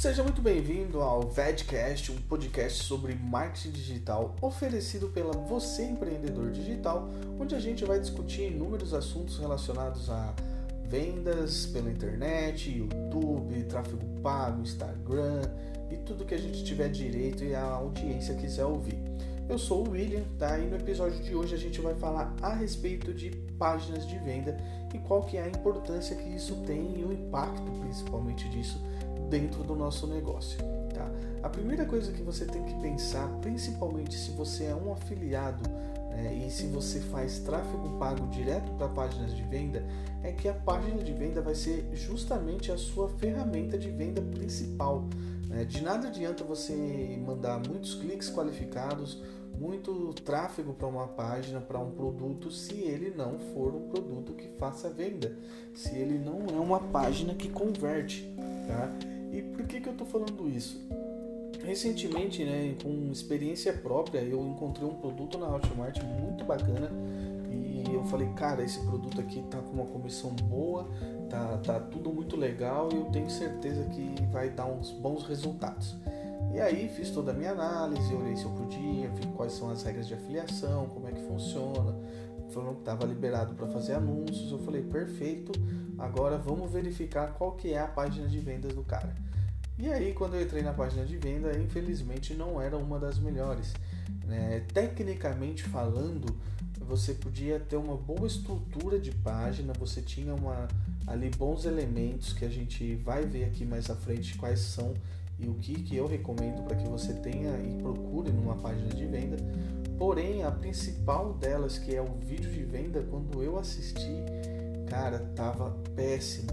Seja muito bem-vindo ao VEDcast, um podcast sobre marketing digital oferecido pela Você Empreendedor Digital, onde a gente vai discutir inúmeros assuntos relacionados a vendas pela internet, YouTube, tráfego pago, Instagram e tudo que a gente tiver direito e a audiência quiser ouvir. Eu sou o William, tá? E no episódio de hoje a gente vai falar a respeito de páginas de venda e qual que é a importância que isso tem e o impacto principalmente disso dentro do nosso negócio, tá? A primeira coisa que você tem que pensar, principalmente se você é um afiliado e se você faz tráfego pago direto para páginas de venda, é que a página de venda vai ser justamente a sua ferramenta de venda principal. De nada adianta você mandar muitos cliques qualificados, muito tráfego para uma página, para um produto, se ele não for um produto que faça venda, se ele não é uma página que converte, tá? E por que eu estou falando isso? Recentemente, com experiência própria, eu encontrei um produto na Hotmart muito bacana e eu falei, cara, esse produto aqui tá com uma comissão boa, tá tudo muito legal e eu tenho certeza que vai dar uns bons resultados. E aí fiz toda a minha análise, olhei se eu podia, vi quais são as regras de afiliação, como é que funciona, falando que estava liberado para fazer anúncios. Eu falei, perfeito, agora vamos verificar qual que é a página de vendas do cara. E aí quando eu entrei na página de venda, infelizmente não era uma das melhores. Tecnicamente falando, você podia ter uma boa estrutura de página, você tinha ali bons elementos que a gente vai ver aqui mais à frente quais são e o que eu recomendo para que você tenha e procure numa página de venda. Porém, a principal delas, que é o vídeo de venda, quando eu assisti, cara, tava péssimo,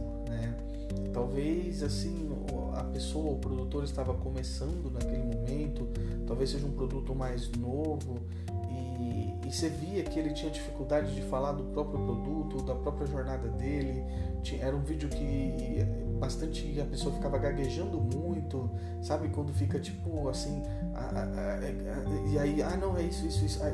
Talvez assim a pessoa, o produtor estava começando naquele momento, talvez seja um produto mais novo e você via que ele tinha dificuldade de falar do próprio produto, da própria jornada dele. Era um vídeo que a pessoa ficava gaguejando muito, sabe? Quando fica tipo assim, e aí, não, é isso,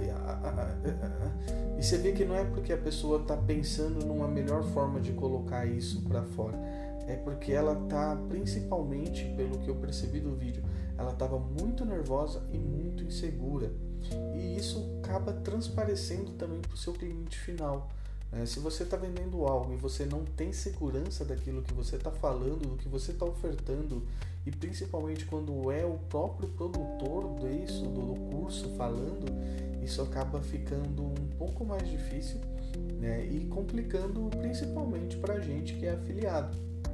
e você vê que não é porque a pessoa está pensando numa melhor forma de colocar isso para fora, é porque ela tá, principalmente pelo que eu percebi do vídeo, ela estava muito nervosa e muito insegura, e isso acaba transparecendo também para o seu cliente final. Se você está vendendo algo e você não tem segurança daquilo que você está falando, do que você está ofertando, e principalmente quando é o próprio produtor do curso falando, isso acaba ficando um pouco mais difícil, e complicando principalmente para a gente que é afiliado.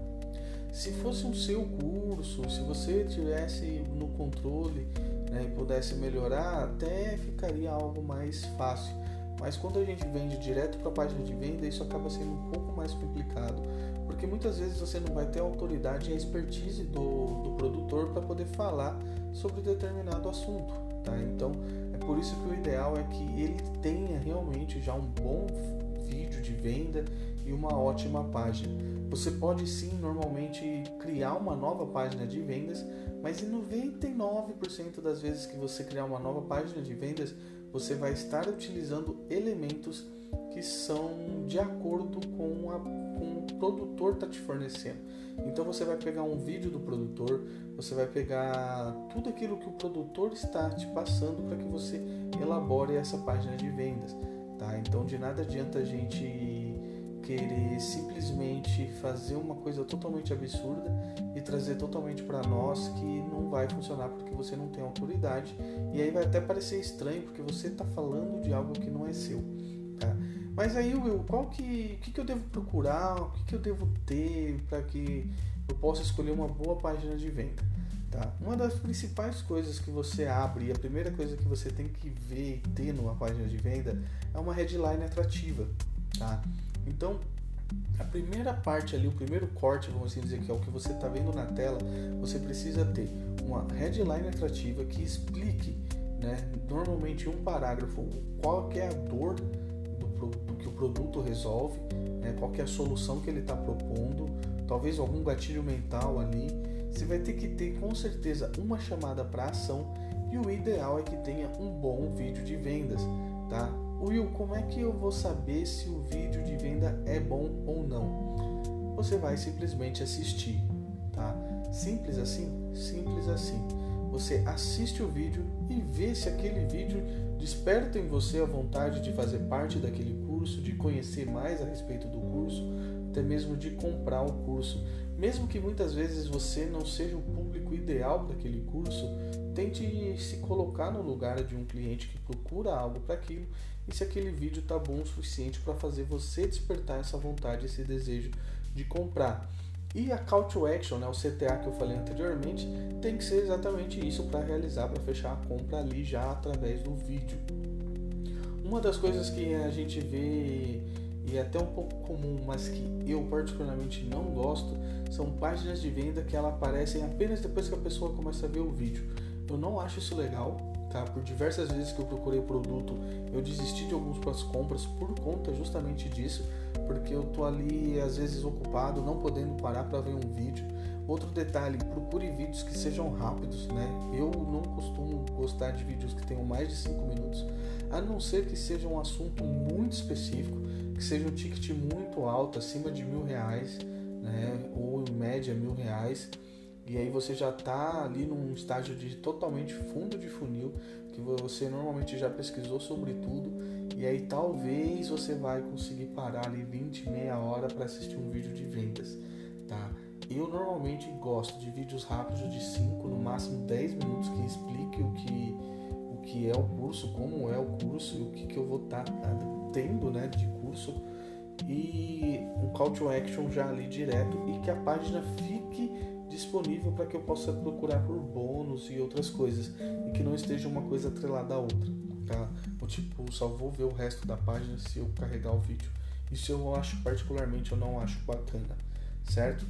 Se fosse um seu curso, se você tivesse no controle e pudesse melhorar, até ficaria algo mais fácil. Mas quando a gente vende direto para a página de venda, isso acaba sendo um pouco mais complicado, porque muitas vezes você não vai ter a autoridade e a expertise do produtor para poder falar sobre determinado assunto, tá? Então é por isso que o ideal é que ele tenha realmente já um bom vídeo de venda e uma ótima página. Você pode sim normalmente criar uma nova página de vendas, mas em 99% das vezes que você criar uma nova página de vendas, você vai estar utilizando elementos que são de acordo com o produtor está te fornecendo. Então você vai pegar um vídeo do produtor, você vai pegar tudo aquilo que o produtor está te passando para que você elabore essa página de vendas, tá? Então de nada adianta a gente querer simplesmente fazer uma coisa totalmente absurda e trazer totalmente para nós, que não vai funcionar porque você não tem autoridade, e aí vai até parecer estranho porque você está falando de algo que não é seu, tá? Mas aí, Will, o que eu devo procurar, o que eu devo ter para que eu possa escolher uma boa página de venda, tá? Uma das principais coisas que você abre, e a primeira coisa que você tem que ver e ter numa página de venda é uma headline atrativa, tá? Então, a primeira parte ali, o primeiro corte, vamos assim dizer, que é o que você está vendo na tela, você precisa ter uma headline atrativa que explique, normalmente um parágrafo, qual que é a dor do que o produto resolve, qual que é a solução que ele está propondo, talvez algum gatilho mental ali. Você vai ter que ter com certeza uma chamada para ação, e o ideal é que tenha um bom vídeo de vendas, tá? Will, como é que eu vou saber se o vídeo de venda é bom ou não? Você vai simplesmente assistir, tá? Simples assim? Simples assim. Você assiste o vídeo e vê se aquele vídeo desperta em você a vontade de fazer parte daquele curso, de conhecer mais a respeito do curso, até mesmo de comprar o curso. Mesmo que muitas vezes você não seja o público ideal para aquele curso, tente se colocar no lugar de um cliente que procura algo para aquilo e se aquele vídeo está bom o suficiente para fazer você despertar essa vontade, esse desejo de comprar. E a Call to Action, né, o CTA que eu falei anteriormente, tem que ser exatamente isso para realizar, para fechar a compra ali já através do vídeo. Uma das coisas que a gente vê e é até um pouco comum, mas que eu particularmente não gosto, são páginas de venda que elas aparecem apenas depois que a pessoa começa a ver o vídeo. Eu não acho isso legal, tá? Por diversas vezes que eu procurei produto, eu desisti de algumas compras por conta justamente disso, porque eu tô ali às vezes ocupado, não podendo parar para ver um vídeo. Outro detalhe, procure vídeos que sejam rápidos, né? Eu não costumo gostar de vídeos que tenham mais de 5 minutos, a não ser que seja um assunto muito específico, que seja um ticket muito alto, acima de R$1.000, né? Ou em média R$1.000, e aí você já está ali num estágio de totalmente fundo de funil, que você normalmente já pesquisou sobre tudo, e aí talvez você vai conseguir parar ali 20, meia hora para assistir um vídeo de vendas, tá? Eu normalmente gosto de vídeos rápidos de 5, no máximo 10 minutos, que explique o que é o curso, como é o curso e o que eu vou estar tendo, né, de curso, e um call to action já ali direto, e que a página fique disponível para que eu possa procurar por bônus e outras coisas, e que não esteja uma coisa atrelada à outra, tá? Ou tipo, só vou ver o resto da página se eu carregar o vídeo. Isso eu acho particularmente, eu não acho bacana, certo?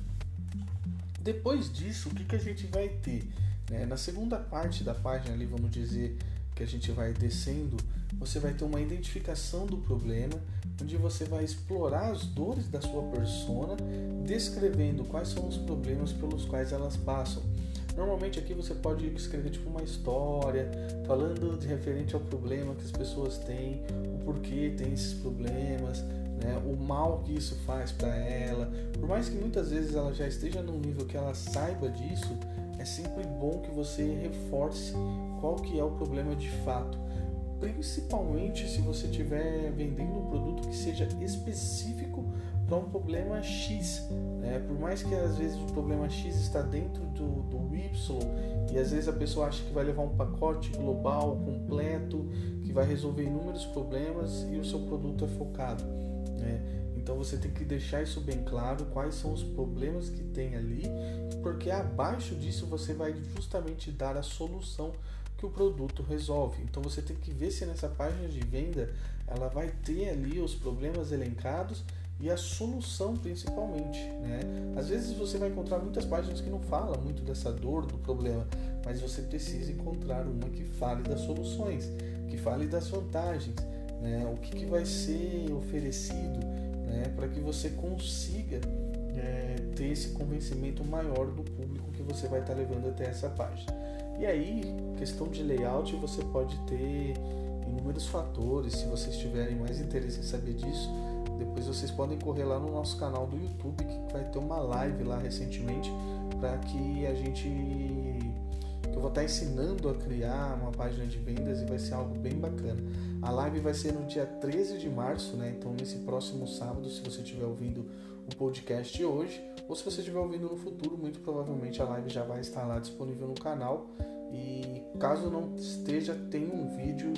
Depois disso, o que a gente vai ter? Na segunda parte da página ali, vamos dizer que a gente vai descendo, você vai ter uma identificação do problema, onde você vai explorar as dores da sua persona, descrevendo quais são os problemas pelos quais elas passam. Normalmente aqui você pode escrever tipo uma história, falando de referente ao problema que as pessoas têm, o porquê tem esses problemas, né, o mal que isso faz para ela. Por mais que muitas vezes ela já esteja num nível que ela saiba disso, é sempre bom que você reforce qual que é o problema de fato. Principalmente se você estiver vendendo um produto que seja específico para um problema X, né? Por mais que às vezes o problema X está dentro do Y, e às vezes a pessoa acha que vai levar um pacote global, completo, que vai resolver inúmeros problemas, e o seu produto é focado, né? Então você tem que deixar isso bem claro, quais são os problemas que tem ali, porque abaixo disso você vai justamente dar a solução que o produto resolve. Então você tem que ver se nessa página de venda ela vai ter ali os problemas elencados e a solução principalmente, né? Às vezes você vai encontrar muitas páginas que não falam muito dessa dor, do problema, mas você precisa encontrar uma que fale das soluções, que fale das vantagens, né? O que vai ser oferecido, né? Para que você consiga ter esse convencimento maior do público que você vai estar levando até essa página. E aí, questão de layout, você pode ter inúmeros fatores. Se vocês tiverem mais interesse em saber disso, depois vocês podem correr lá no nosso canal do YouTube, que vai ter uma live lá recentemente, para que eu vou estar ensinando a criar uma página de vendas, e vai ser algo bem bacana. A live vai ser no dia 13 de março, né? Então nesse próximo sábado, se você estiver ouvindo o podcast hoje, ou se você estiver ouvindo no futuro, muito provavelmente a live já vai estar lá disponível no canal. E caso não esteja, tem um vídeo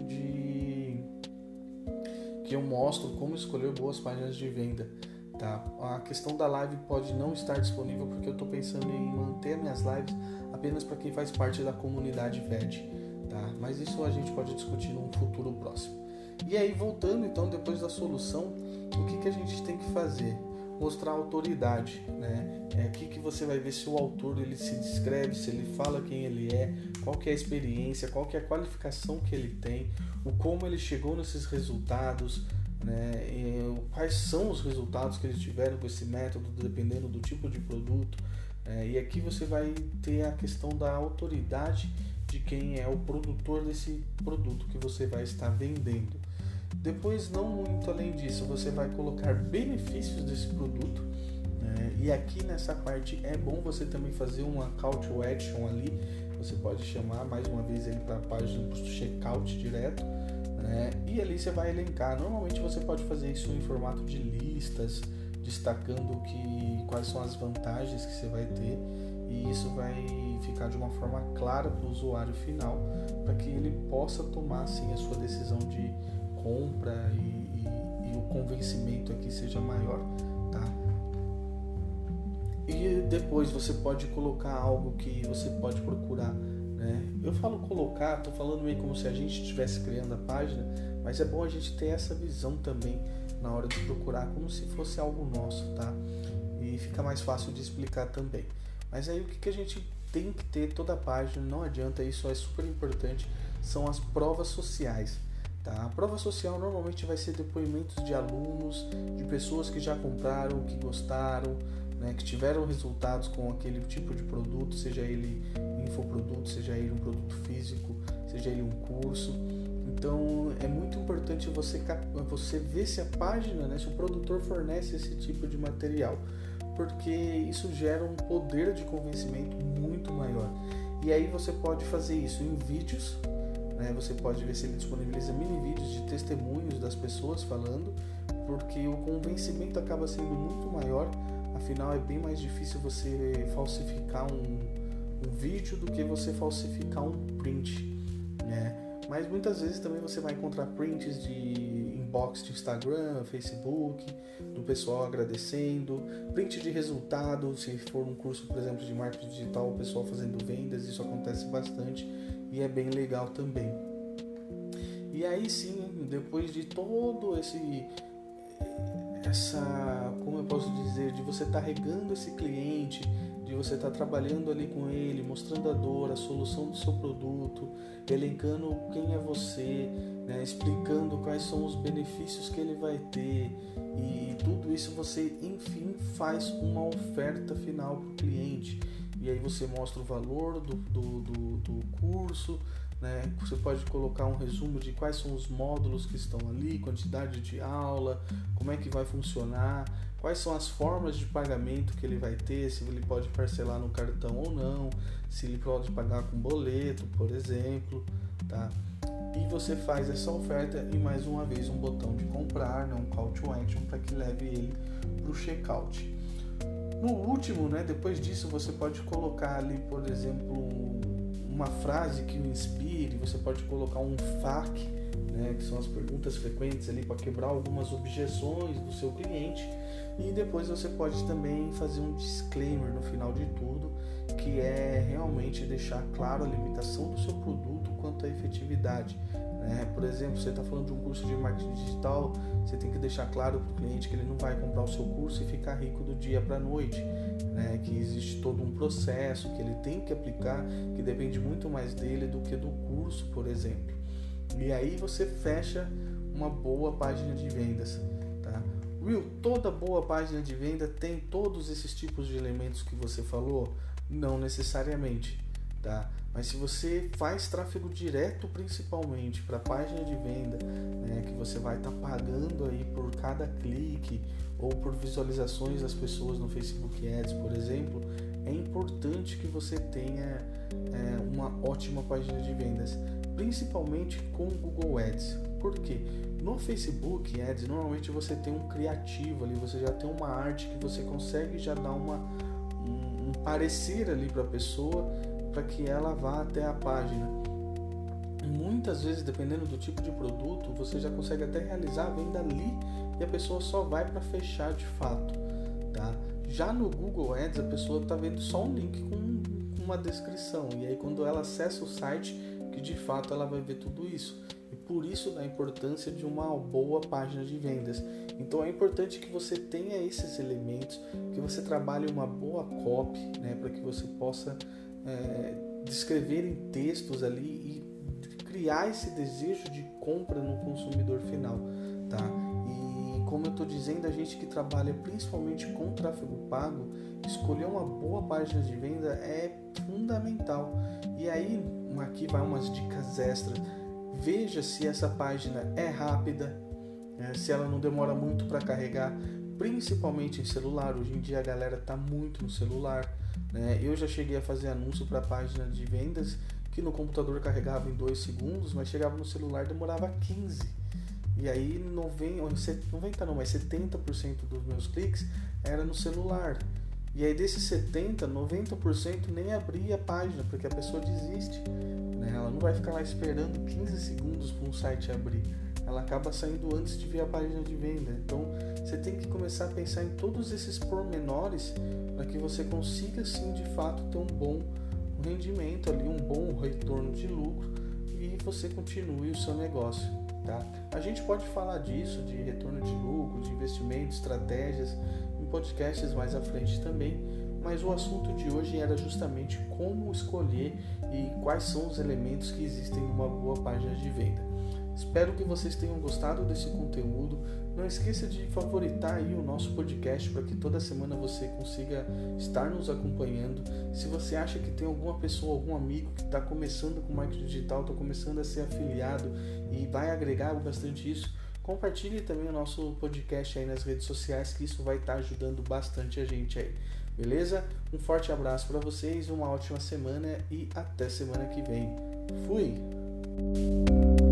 que eu mostro como escolher boas páginas de venda, tá? A questão da live pode não estar disponível, porque eu estou pensando em manter minhas lives apenas para quem faz parte da comunidade VED, tá? Mas isso a gente pode discutir num futuro próximo. E aí, voltando então, depois da solução, o que a gente tem que fazer? Mostrar autoridade, né? Aqui que você vai ver se o autor ele se descreve, se ele fala quem ele é, qual que é a experiência, qual que é a qualificação que ele tem, o como ele chegou nesses resultados, né? Quais são os resultados que eles tiveram com esse método, dependendo do tipo de produto. E aqui você vai ter a questão da autoridade de quem é o produtor desse produto que você vai estar vendendo. Depois, não muito além disso, você vai colocar benefícios desse produto, né? E aqui nessa parte é bom você também fazer uma call to action ali. Você pode chamar mais uma vez ele para a página do checkout direto, né? E ali você vai elencar. Normalmente você pode fazer isso em formato de listas, destacando quais são as vantagens que você vai ter, e isso vai ficar de uma forma clara para o usuário final, para que ele possa tomar assim, a sua decisão de compra e o convencimento aqui seja maior, tá? E depois você pode colocar algo que você pode procurar, né? Eu falo colocar, tô falando meio como se a gente estivesse criando a página, mas é bom a gente ter essa visão também na hora de procurar, como se fosse algo nosso, tá? E fica mais fácil de explicar também. Mas aí o que a gente tem que ter toda a página, não adianta, isso é super importante, são as provas sociais. Tá? A prova social normalmente vai ser depoimentos de alunos, de pessoas que já compraram, que gostaram, né, que tiveram resultados com aquele tipo de produto, seja ele infoproduto, seja ele um produto físico, seja ele um curso. Então é muito importante você ver se a página, né, se o produtor fornece esse tipo de material, porque isso gera um poder de convencimento muito maior. E aí você pode fazer isso em vídeos, né? Você pode ver se ele disponibiliza mini vídeos de testemunhos das pessoas falando, porque o convencimento acaba sendo muito maior. Afinal, é bem mais difícil você falsificar um vídeo do que você falsificar um print, né? Mas muitas vezes também você vai encontrar prints de inbox de Instagram, Facebook, do pessoal agradecendo, print de resultado, se for um curso, por exemplo, de marketing digital, o pessoal fazendo vendas, isso acontece bastante e é bem legal também. E aí sim, depois de todo como eu posso dizer, de você estar regando esse cliente, de você estar trabalhando ali com ele, mostrando a dor, a solução do seu produto, elencando quem é você, né, explicando quais são os benefícios que ele vai ter, e tudo isso você, enfim, faz uma oferta final para o cliente. E aí você mostra o valor do curso, né? Você pode colocar um resumo de quais são os módulos que estão ali, quantidade de aula, como é que vai funcionar, quais são as formas de pagamento que ele vai ter, se ele pode parcelar no cartão ou não, se ele pode pagar com boleto, por exemplo, tá? E você faz essa oferta e mais uma vez um botão de comprar, né? Um call to action para que leve ele para o checkout. No último, né, depois disso, você pode colocar ali, por exemplo, uma frase que o inspire, você pode colocar um FAQ, né, que são as perguntas frequentes ali para quebrar algumas objeções do seu cliente, e depois você pode também fazer um disclaimer no final de tudo, que é realmente deixar claro a limitação do seu produto quanto à efetividade. Por exemplo, você está falando de um curso de marketing digital, você tem que deixar claro para o cliente que ele não vai comprar o seu curso e ficar rico do dia para a noite, né? Que existe todo um processo que ele tem que aplicar, que depende muito mais dele do que do curso, por exemplo. E aí você fecha uma boa página de vendas, tá? Will, toda boa página de venda tem todos esses tipos de elementos que você falou? Não necessariamente, tá? Mas se você faz tráfego direto principalmente para a página de venda, né, que você vai estar pagando aí por cada clique ou por visualizações das pessoas no Facebook Ads, por exemplo, é importante que você tenha uma ótima página de vendas, principalmente com o Google Ads. Por quê? No Facebook Ads, normalmente você tem um criativo ali, você já tem uma arte que você consegue já dar um parecer ali para a pessoa, para que ela vá até a página. Muitas vezes, dependendo do tipo de produto, você já consegue até realizar a venda ali e a pessoa só vai para fechar de fato, tá? Já no Google Ads, a pessoa está vendo só um link com uma descrição, e aí quando ela acessa o site, que de fato ela vai ver tudo isso. E por isso da importância de uma boa página de vendas. Então é importante que você tenha esses elementos, que você trabalhe uma boa copy, né, para que você possa descrever em textos ali e criar esse desejo de compra no consumidor final, tá? E como eu estou dizendo, a gente que trabalha principalmente com tráfego pago, escolher uma boa página de venda é fundamental. E aí, aqui vai umas dicas extras. Veja se essa página é rápida, se ela não demora muito para carregar. principalmente em celular. Hoje em dia a galera tá muito no celular, né? Eu já cheguei a fazer anúncio para página de vendas que no computador carregava em 2 segundos, mas chegava no celular e demorava 15. E aí 70% dos meus cliques era no celular. E aí desses 70%, 90% nem abria a página, porque a pessoa desiste, né? Ela não vai ficar lá esperando 15 segundos para um site abrir. Ela acaba saindo antes de ver a página de venda. Então você tem que começar a pensar em todos esses pormenores para que você consiga sim de fato ter um bom rendimento ali, um bom retorno de lucro e você continue o seu negócio, tá? A gente pode falar disso, de retorno de lucro, de investimento, estratégias, em podcasts mais à frente também, mas o assunto de hoje era justamente como escolher e quais são os elementos que existem numa boa página de venda. Espero que vocês tenham gostado desse conteúdo. Não esqueça de favoritar aí o nosso podcast para que toda semana você consiga estar nos acompanhando. Se você acha que tem alguma pessoa, algum amigo que está começando com marketing digital, está começando a ser afiliado e vai agregar bastante isso, compartilhe também o nosso podcast aí nas redes sociais, que isso vai estar ajudando bastante a gente aí. Beleza? Um forte abraço para vocês, uma ótima semana e até semana que vem. Fui!